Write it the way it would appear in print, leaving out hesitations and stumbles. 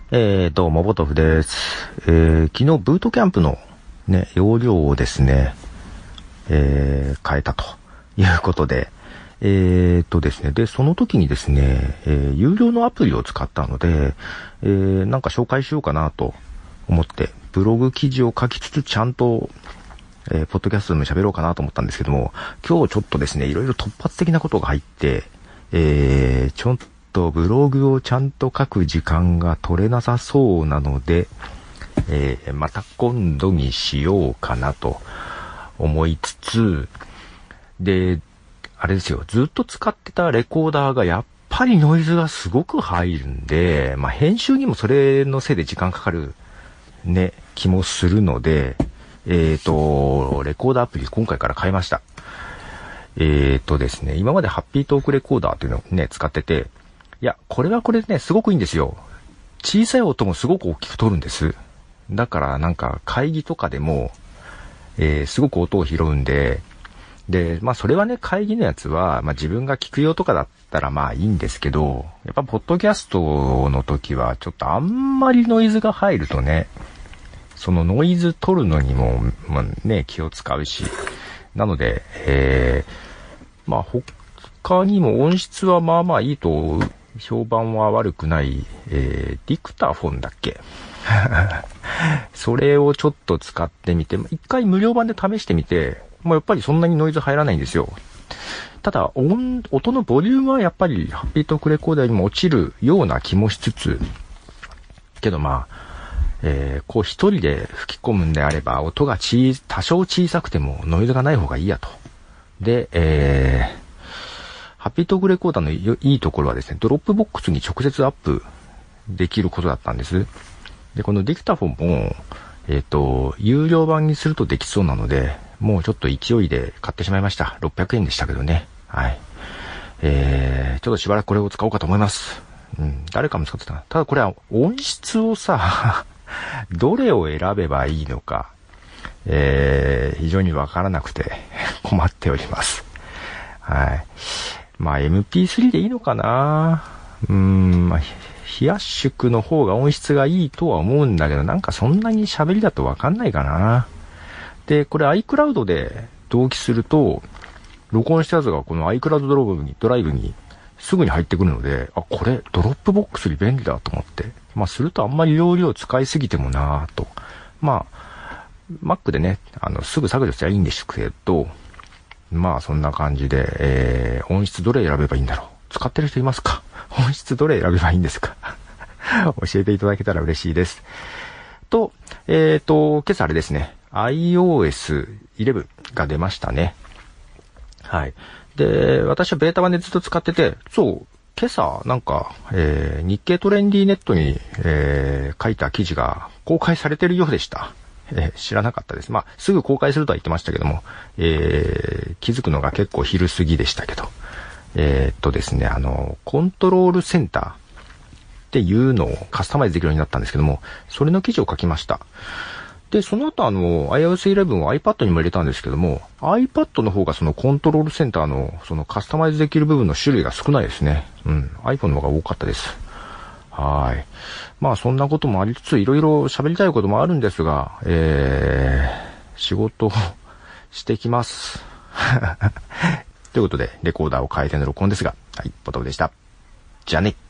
どうも、ボトフです。昨日、ブートキャンプのね、容量をですね、変えたということで、ですね、で、その時にですね、有料のアプリを使ったので、なんか紹介しようかなと思って、ブログ記事を書きつつ、ちゃんと、ポッドキャストでも喋ろうかなと思ったんですけども、今日ちょっとですね、いろいろ突発的なことが入って、ちょっとブログをちゃんと書く時間が取れなさそうなので、また今度にしようかなと思いつつ、で、あれですよ、ずっと使ってたレコーダーがやっぱりノイズがすごく入るんで、まあ編集にもそれのせいで時間かかるね、気もするので、レコーダーアプリ今回から変えました。ですね、今までハッピートークレコーダーというのをね、使ってて、いや、これはこれでね、すごくいいんですよ。小さい音もすごく大きく取るんです。だからなんか会議とかでも、すごく音を拾うんで、で、まあそれはね、会議のやつは、まあ自分が聞く用とかだったらまあいいんですけど、やっぱポッドキャストの時はちょっとあんまりノイズが入るとね、そのノイズ取るのにも、まあね、気を使うし、なので、まあ他にも音質はまあまあいいと、評判は悪くない、ディクタフォンだっけそれをちょっと使ってみて、一回無料版で試してみて、もうやっぱりそんなにノイズ入らないんですよ。ただ、音のボリュームはやっぱりハッピートークレコーダーにも落ちるような気もしつつ、けどまあ、こう一人で吹き込むんであれば、音が多少小さくてもノイズがない方がいいやと。で、ハッピートークレコーダーのいいところはですね、ドロップボックスに直接アップできることだったんです。で、このディクタフォンも、有料版にするとできそうなので、もうちょっと勢いで買ってしまいました。600円でしたけどね。はい。ちょっとしばらくこれを使おうかと思います。うん、誰かも使ってたな。ただこれは音質をさ、どれを選べばいいのか、非常にわからなくて困っております。はい。まあ MP3 でいいのかな。まあ非圧縮の方が音質がいいとは思うんだけど、なんかそんなに喋りだとわかんないかな。で、これ iCloud で同期すると、録音したやつがこの iCloud ドライブにすぐに入ってくるので、あ、これドロップボックスに便利だと思って。まあするとあんまり容量使いすぎてもなぁと。まあ、Mac でね、すぐ削除したらいいんですけど、まあそんな感じで、音質どれ選べばいいんだろう。使ってる人いますか？音質どれ選べばいいんですか？教えていただけたら嬉しいです。と、今朝あれですね、iOS11 が出ましたね。はい。で、私はベータ版でずっと使ってて、そう、今朝なんか、日経トレンディネットに、書いた記事が公開されてるようでした。知らなかったです。まあ、すぐ公開するとは言ってましたけども、気づくのが結構昼過ぎでしたけど、ですね、コントロールセンターっていうのをカスタマイズできるようになったんですけども、それの記事を書きました。で、その後iOS11 を iPad にも入れたんですけども、iPad の方がそのコントロールセンターのそのカスタマイズできる部分の種類が少ないですね。うん。iPhone の方が多かったです。はい。まあそんなこともありつつ、いろいろ喋りたいこともあるんですが、仕事をしてきます。ということで、レコーダーを変えての録音ですが、はい、ボトムでした。じゃあね。